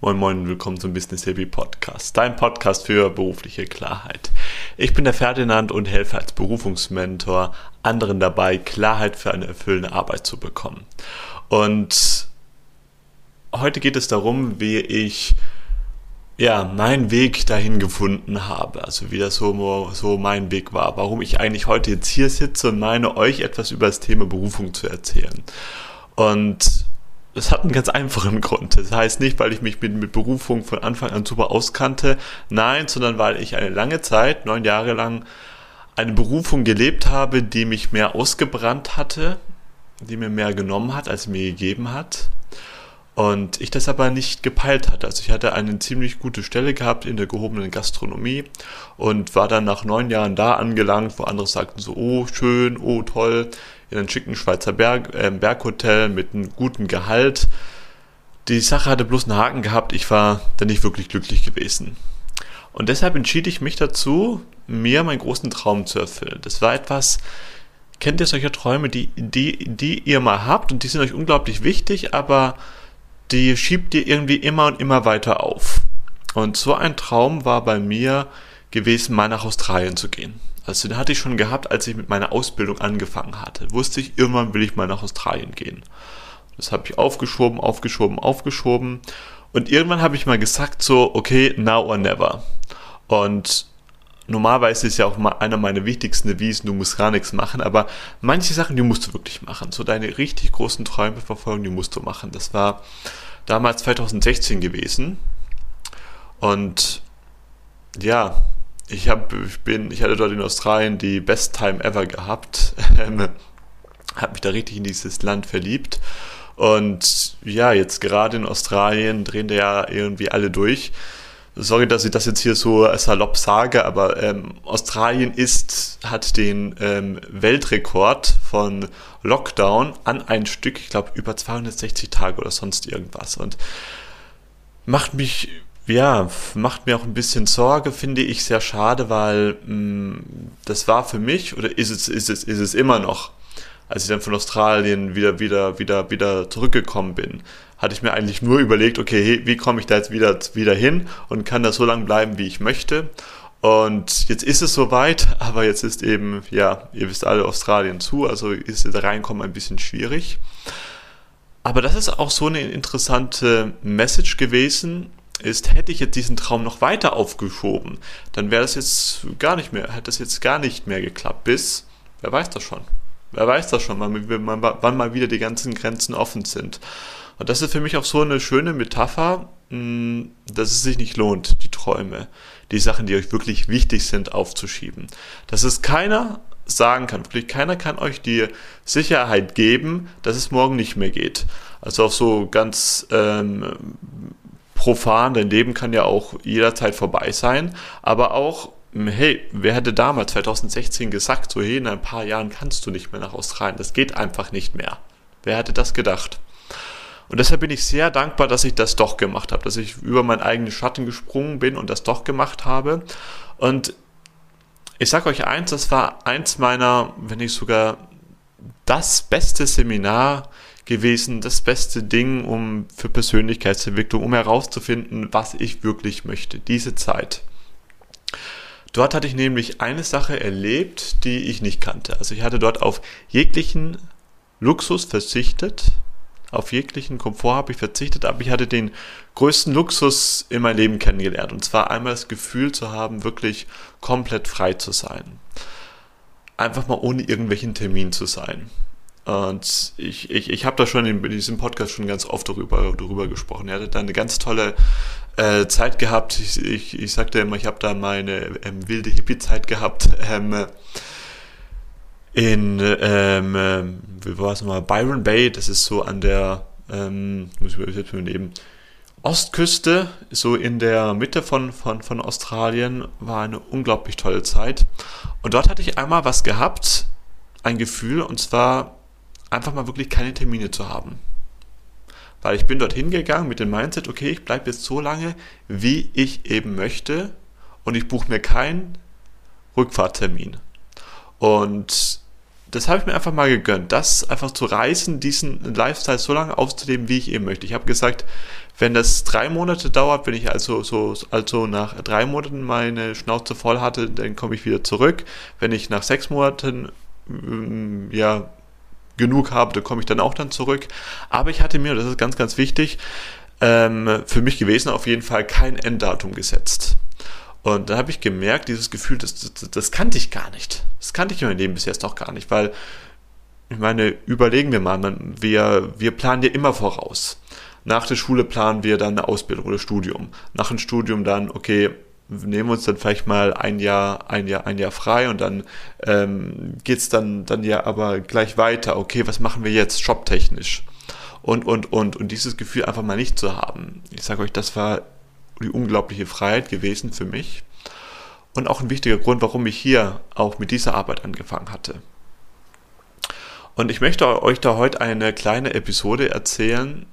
Moin Moin und willkommen zum Business Hippie Podcast, dein Podcast für berufliche Klarheit. Ich bin der Ferdinand und helfe als Berufungsmentor anderen dabei, Klarheit für eine erfüllende Arbeit zu bekommen. Und heute geht es darum, wie ich meinen Weg dahin gefunden habe, also wie das so mein Weg war, warum ich eigentlich heute jetzt hier sitze und meine, euch etwas über das Thema Berufung zu erzählen. Und das hat einen ganz einfachen Grund. Das heißt nicht, weil ich mich mit Berufung von Anfang an super auskannte, nein, sondern weil ich eine lange Zeit, 9 Jahre lang, eine Berufung gelebt habe, die mich mehr ausgebrannt hatte, die mir mehr genommen hat, als sie mir gegeben hat. Und ich das aber nicht gepeilt hatte. Also ich hatte eine ziemlich gute Stelle gehabt in der gehobenen Gastronomie und war dann nach 9 Jahren da angelangt, wo andere sagten so, oh schön, oh toll, in einem schicken Schweizer Berghotel mit einem guten Gehalt. Die Sache hatte bloß einen Haken gehabt, ich war dann nicht wirklich glücklich gewesen. Und deshalb entschied ich mich dazu, mir meinen großen Traum zu erfüllen. Das war etwas, kennt ihr solche Träume, die ihr mal habt und die sind euch unglaublich wichtig, aber die schiebt ihr irgendwie immer und immer weiter auf. Und so ein Traum war bei mir gewesen, mal nach Australien zu gehen. Also den hatte ich schon gehabt, als ich mit meiner Ausbildung angefangen hatte. Wusste ich, irgendwann will ich mal nach Australien gehen. Das habe ich aufgeschoben. Und irgendwann habe ich mal gesagt so, okay, now or never. Und normalerweise ist ja auch mal einer meiner wichtigsten Devisen, du musst gar nichts machen, aber manche Sachen, die musst du wirklich machen. So deine richtig großen Träume verfolgen, die musst du machen. Das war damals 2016 gewesen. Und ja, ich hatte dort in Australien die best time ever gehabt. Habe mich da richtig in dieses Land verliebt. Und ja, jetzt gerade in Australien drehen da ja irgendwie alle durch. Sorry, dass ich das jetzt hier so salopp sage, aber Australien hat den Weltrekord von Lockdown an ein Stück, ich glaube über 260 Tage oder sonst irgendwas. Und macht mir auch ein bisschen Sorge, finde ich sehr schade, weil das war für mich, oder ist es immer noch, als ich dann von Australien wieder zurückgekommen bin, hatte ich mir eigentlich nur überlegt, okay, wie komme ich da jetzt wieder hin und kann da so lange bleiben, wie ich möchte. Und jetzt ist es soweit, aber jetzt ist eben, ja, ihr wisst alle, Australien zu, also ist da reinkommen ein bisschen schwierig. Aber das ist auch so eine interessante Message gewesen, hätte ich jetzt diesen Traum noch weiter aufgeschoben, dann hätte das jetzt gar nicht mehr geklappt, wer weiß das schon, wann mal wieder die ganzen Grenzen offen sind. Und das ist für mich auch so eine schöne Metapher, dass es sich nicht lohnt, die Träume, die Sachen, die euch wirklich wichtig sind, aufzuschieben. Dass es keiner sagen kann, wirklich keiner kann euch die Sicherheit geben, dass es morgen nicht mehr geht. Also auch so ganz profan, dein Leben kann ja auch jederzeit vorbei sein, aber auch, hey, wer hätte damals 2016 gesagt, so hey, in ein paar Jahren kannst du nicht mehr nach Australien, das geht einfach nicht mehr. Wer hätte das gedacht? Und deshalb bin ich sehr dankbar, dass ich das doch gemacht habe, dass ich über meinen eigenen Schatten gesprungen bin und das doch gemacht habe. Und ich sage euch eins, das war eins meiner, wenn nicht sogar das beste Seminar gewesen, das beste Ding für Persönlichkeitsentwicklung, um herauszufinden, was ich wirklich möchte, diese Zeit. Dort hatte ich nämlich eine Sache erlebt, die ich nicht kannte. Also ich hatte dort auf jeglichen Luxus verzichtet, auf jeglichen Komfort habe ich verzichtet, aber ich hatte den größten Luxus in meinem Leben kennengelernt. Und zwar einmal das Gefühl zu haben, wirklich komplett frei zu sein. Einfach mal ohne irgendwelchen Termin zu sein. Und ich habe da schon in diesem Podcast schon ganz oft darüber gesprochen. Ich hatte da eine ganz tolle Zeit gehabt. Ich sagte immer, ich habe da meine wilde Hippie-Zeit gehabt. Wie war es nochmal? Byron Bay, das ist so an der muss ich jetzt mal nehmen, Ostküste, so in der Mitte von Australien, war eine unglaublich tolle Zeit. Und dort hatte ich einmal was gehabt, ein Gefühl, und zwar einfach mal wirklich keine Termine zu haben. Weil ich bin dort hingegangen mit dem Mindset, okay, ich bleibe jetzt so lange, wie ich eben möchte, und ich buche mir keinen Rückfahrttermin. Und das habe ich mir einfach mal gegönnt, das einfach zu reisen, diesen Lifestyle so lange auszuleben, wie ich eben möchte. Ich habe gesagt, Wenn das 3 Monate dauert, wenn ich also nach 3 Monaten meine Schnauze voll hatte, dann komme ich wieder zurück. Wenn ich nach 6 Monaten genug habe, dann komme ich dann auch dann zurück. Aber ich hatte mir, das ist ganz, ganz wichtig, für mich gewesen, auf jeden Fall kein Enddatum gesetzt. Und dann habe ich gemerkt, dieses Gefühl, das kannte ich gar nicht. Das kannte ich in meinem Leben bis jetzt noch gar nicht, weil, ich meine, überlegen wir mal, wir planen ja immer voraus. Nach der Schule planen wir dann eine Ausbildung oder Studium. Nach dem Studium dann, okay, nehmen wir uns dann vielleicht mal ein Jahr frei und dann geht's dann ja aber gleich weiter. Okay, was machen wir jetzt jobtechnisch? Und dieses Gefühl einfach mal nicht zu haben. Ich sage euch, das war die unglaubliche Freiheit gewesen für mich und auch ein wichtiger Grund, warum ich hier auch mit dieser Arbeit angefangen hatte. Und ich möchte euch da heute eine kleine Episode erzählen,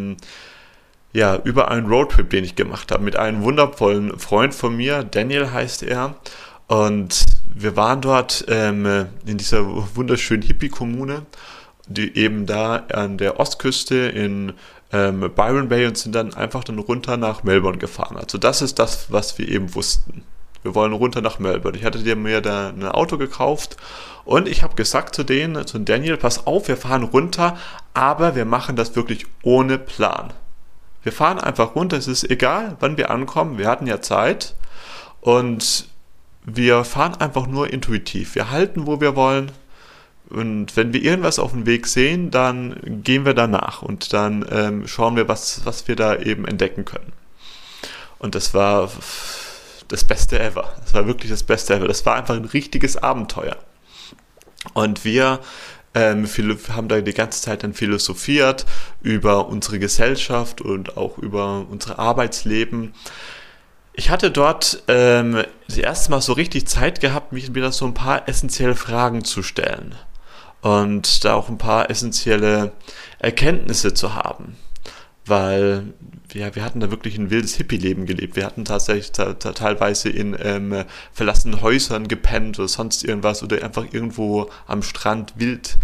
über einen Roadtrip, den ich gemacht habe, mit einem wundervollen Freund von mir, Daniel heißt er, und wir waren dort in dieser wunderschönen Hippie-Kommune, die eben da an der Ostküste in Byron Bay und sind dann einfach runter nach Melbourne gefahren. Also das ist das, was wir eben wussten. Wir wollen runter nach Melbourne. Ich hatte mir da ein Auto gekauft und ich habe gesagt zu Daniel, pass auf, wir fahren runter, aber wir machen das wirklich ohne Plan. Wir fahren einfach runter, es ist egal, wann wir ankommen, wir hatten ja Zeit und wir fahren einfach nur intuitiv. Wir halten, wo wir wollen. Und wenn wir irgendwas auf dem Weg sehen, dann gehen wir danach und dann schauen wir, was wir da eben entdecken können. Und das war das Beste ever. Das war wirklich das Beste ever. Das war einfach ein richtiges Abenteuer. Und wir haben da die ganze Zeit dann philosophiert über unsere Gesellschaft und auch über unser Arbeitsleben. Ich hatte dort das erste Mal so richtig Zeit gehabt, mir da so ein paar essentielle Fragen zu stellen. Und da auch ein paar essentielle Erkenntnisse zu haben. Weil wir hatten da wirklich ein wildes Hippie-Leben gelebt. Wir hatten tatsächlich teilweise in verlassenen Häusern gepennt oder sonst irgendwas oder einfach irgendwo am Strand wild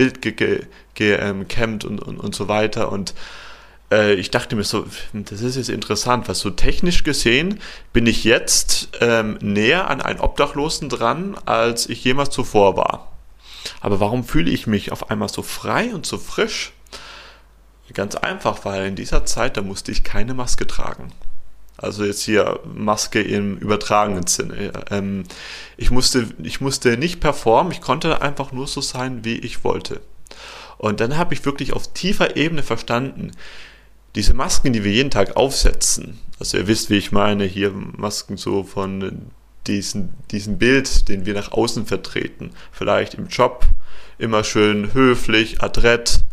gecampt und so weiter. Und ich dachte mir so, das ist jetzt interessant, was so technisch gesehen bin ich jetzt näher an einen Obdachlosen dran, als ich jemals zuvor war. Aber warum fühle ich mich auf einmal so frei und so frisch? Ganz einfach, weil in dieser Zeit, da musste ich keine Maske tragen. Also jetzt hier Maske im übertragenen Sinne. Ich musste nicht performen, ich konnte einfach nur so sein, wie ich wollte. Und dann habe ich wirklich auf tiefer Ebene verstanden, diese Masken, die wir jeden Tag aufsetzen, also ihr wisst, wie ich meine, hier Masken so von diesen Bild, den wir nach außen vertreten, vielleicht im Job, immer schön höflich, adrett,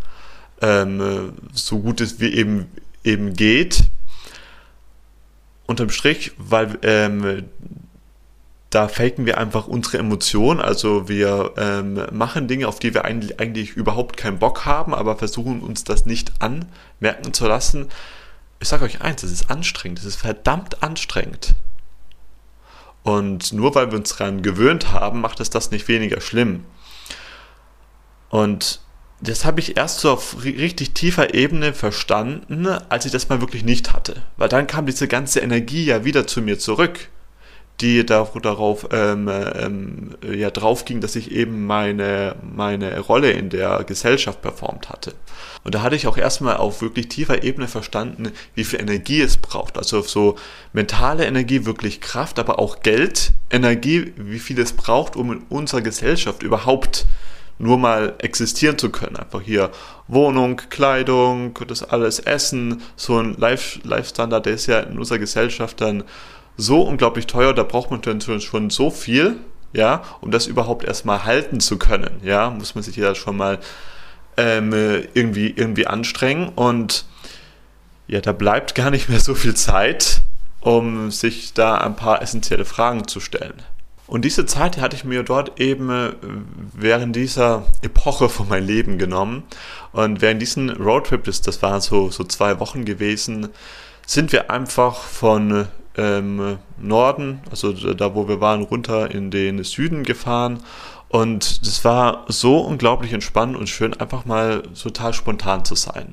so gut es wie eben geht, unterm Strich, weil da faken wir einfach unsere Emotionen, also wir machen Dinge, auf die wir eigentlich überhaupt keinen Bock haben, aber versuchen uns das nicht anmerken zu lassen. Ich sage euch eins, das ist anstrengend, das ist verdammt anstrengend. Und nur weil wir uns daran gewöhnt haben, macht es das nicht weniger schlimm. Und das habe ich erst so auf richtig tiefer Ebene verstanden, als ich das mal wirklich nicht hatte. Weil dann kam diese ganze Energie ja wieder zu mir zurück, die darauf drauf ging, dass ich eben meine Rolle in der Gesellschaft performt hatte. Und da hatte ich auch erstmal auf wirklich tiefer Ebene verstanden, wie viel Energie es braucht. Also so mentale Energie, wirklich Kraft, aber auch Geld, Energie, wie viel es braucht, um in unserer Gesellschaft überhaupt nur mal existieren zu können. Einfach hier Wohnung, Kleidung, das alles Essen, so ein Life-Standard, der ist ja in unserer Gesellschaft dann so unglaublich teuer, da braucht man dann schon so viel, ja, um das überhaupt erstmal halten zu können, ja, muss man sich ja schon mal irgendwie anstrengen und ja, da bleibt gar nicht mehr so viel Zeit, um sich da ein paar essentielle Fragen zu stellen. Und diese Zeit hatte ich mir dort eben während dieser Epoche von meinem Leben genommen und während diesen Roadtrip, das war so 2 Wochen gewesen, sind wir einfach von Norden, also da wo wir waren, runter in den Süden gefahren und das war so unglaublich entspannend und schön, einfach mal total spontan zu sein.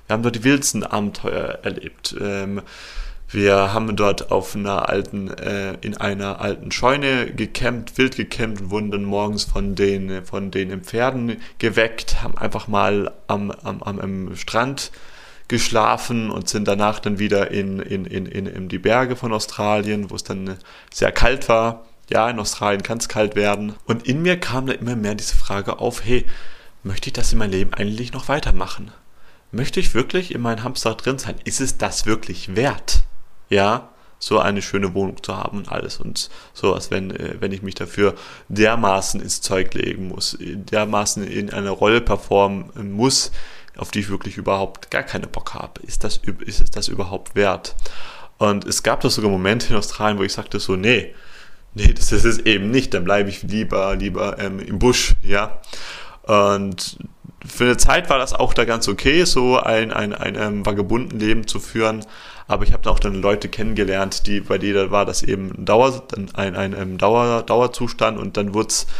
Wir haben dort die wildesten Abenteuer erlebt. Wir haben dort in einer alten Scheune wild gecampt und wurden dann morgens von den Pferden geweckt, haben einfach mal am Strand geschlafen und sind danach dann wieder in die Berge von Australien, wo es dann sehr kalt war. Ja, in Australien kann es kalt werden. Und in mir kam da immer mehr diese Frage auf, hey, möchte ich das in meinem Leben eigentlich noch weitermachen? Möchte ich wirklich in meinem Hamsterrad drin sein? Ist es das wirklich wert? Ja, so eine schöne Wohnung zu haben und alles und sowas, wenn ich mich dafür dermaßen ins Zeug legen muss, dermaßen in eine Rolle performen muss, auf die ich wirklich überhaupt gar keine Bock habe. Ist es das überhaupt wert? Und es gab da sogar Momente in Australien, wo ich sagte so, nee, das ist es eben nicht, dann bleibe ich lieber im Busch, ja. Und für eine Zeit war das auch da ganz okay, so ein vagabunden Leben zu führen, aber ich habe da auch dann Leute kennengelernt, bei denen war das eben ein Dauerzustand und dann wurde es,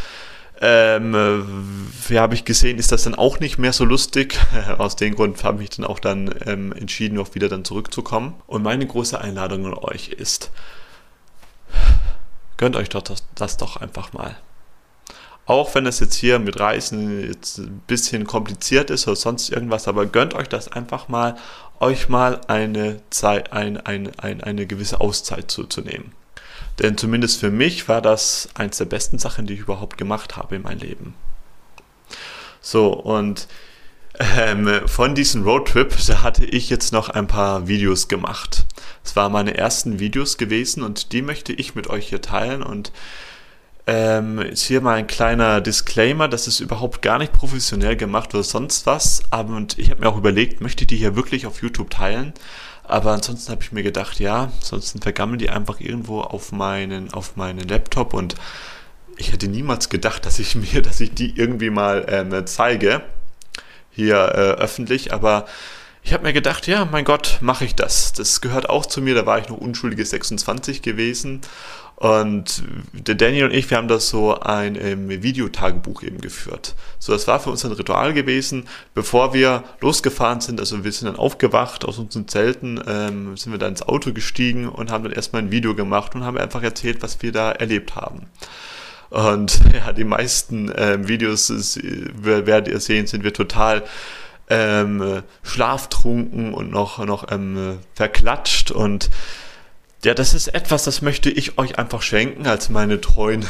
habe ich gesehen, ist das dann auch nicht mehr so lustig. Aus dem Grund habe ich dann auch entschieden, auch wieder dann zurückzukommen. Und meine große Einladung an euch ist, gönnt euch doch das doch einfach mal. Auch wenn es jetzt hier mit Reisen jetzt ein bisschen kompliziert ist oder sonst irgendwas, aber gönnt euch das einfach mal, euch mal eine gewisse Auszeit zu nehmen. Denn zumindest für mich war das eins der besten Sachen, die ich überhaupt gemacht habe in meinem Leben. So, und von diesem Roadtrip, da hatte ich jetzt noch ein paar Videos gemacht. Das waren meine ersten Videos gewesen und die möchte ich mit euch hier teilen und ist hier mal ein kleiner Disclaimer, das ist überhaupt gar nicht professionell gemacht oder sonst was, und ich habe mir auch überlegt, möchte ich die hier wirklich auf YouTube teilen, aber ansonsten habe ich mir gedacht, ja, sonst vergammeln die einfach irgendwo auf meinen Laptop und ich hätte niemals gedacht, dass ich die irgendwie mal zeige, hier öffentlich, aber ich habe mir gedacht, ja, mein Gott, mache ich das. Das gehört auch zu mir, da war ich noch unschuldige 26 gewesen. Und der Daniel und ich, wir haben das so ein Videotagebuch eben geführt. So, das war für uns ein Ritual gewesen, bevor wir losgefahren sind. Also wir sind dann aufgewacht aus unseren Zelten, sind wir dann ins Auto gestiegen und haben dann erstmal ein Video gemacht und haben einfach erzählt, was wir da erlebt haben. Und ja, die meisten Videos, werdet ihr sehen, sind wir total schlaftrunken und noch verklatscht und ja, das ist etwas, das möchte ich euch einfach schenken als meine treuen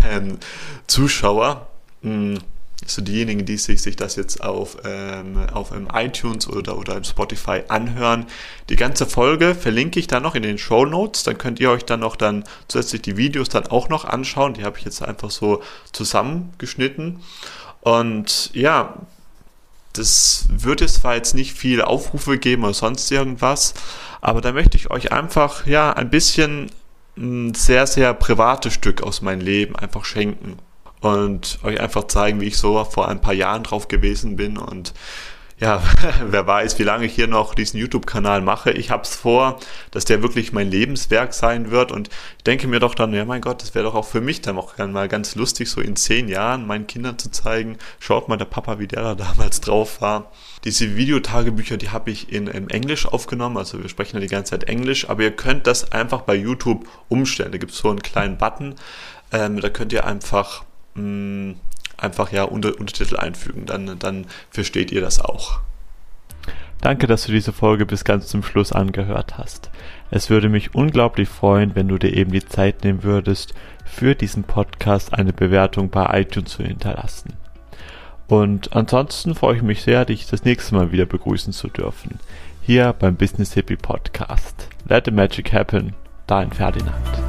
Zuschauer. Also diejenigen, die sich das jetzt auf iTunes oder Spotify anhören. Die ganze Folge verlinke ich dann noch in den Shownotes. Dann könnt ihr euch dann zusätzlich die Videos dann auch noch anschauen. Die habe ich jetzt einfach so zusammengeschnitten. Und ja, das wird es zwar jetzt nicht viele Aufrufe geben oder sonst irgendwas, aber da möchte ich euch einfach ein bisschen ein sehr, sehr privates Stück aus meinem Leben einfach schenken und euch einfach zeigen, wie ich so vor ein paar Jahren drauf gewesen bin und ja, wer weiß, wie lange ich hier noch diesen YouTube-Kanal mache. Ich habe es vor, dass der wirklich mein Lebenswerk sein wird und ich denke mir doch dann, ja mein Gott, das wäre doch auch für mich dann auch mal ganz lustig, so in 10 Jahren meinen Kindern zu zeigen, schaut mal der Papa, wie der da damals drauf war. Diese Videotagebücher, die habe ich in Englisch aufgenommen, also wir sprechen ja die ganze Zeit Englisch, aber ihr könnt das einfach bei YouTube umstellen. Da gibt es so einen kleinen Button, da könnt ihr einfach Untertitel einfügen, dann versteht ihr das auch. Danke, dass du diese Folge bis ganz zum Schluss angehört hast. Es würde mich unglaublich freuen, wenn du dir eben die Zeit nehmen würdest, für diesen Podcast eine Bewertung bei iTunes zu hinterlassen. Und ansonsten freue ich mich sehr, dich das nächste Mal wieder begrüßen zu dürfen. Hier beim Business Hippie Podcast. Let the Magic Happen, dein Ferdinand.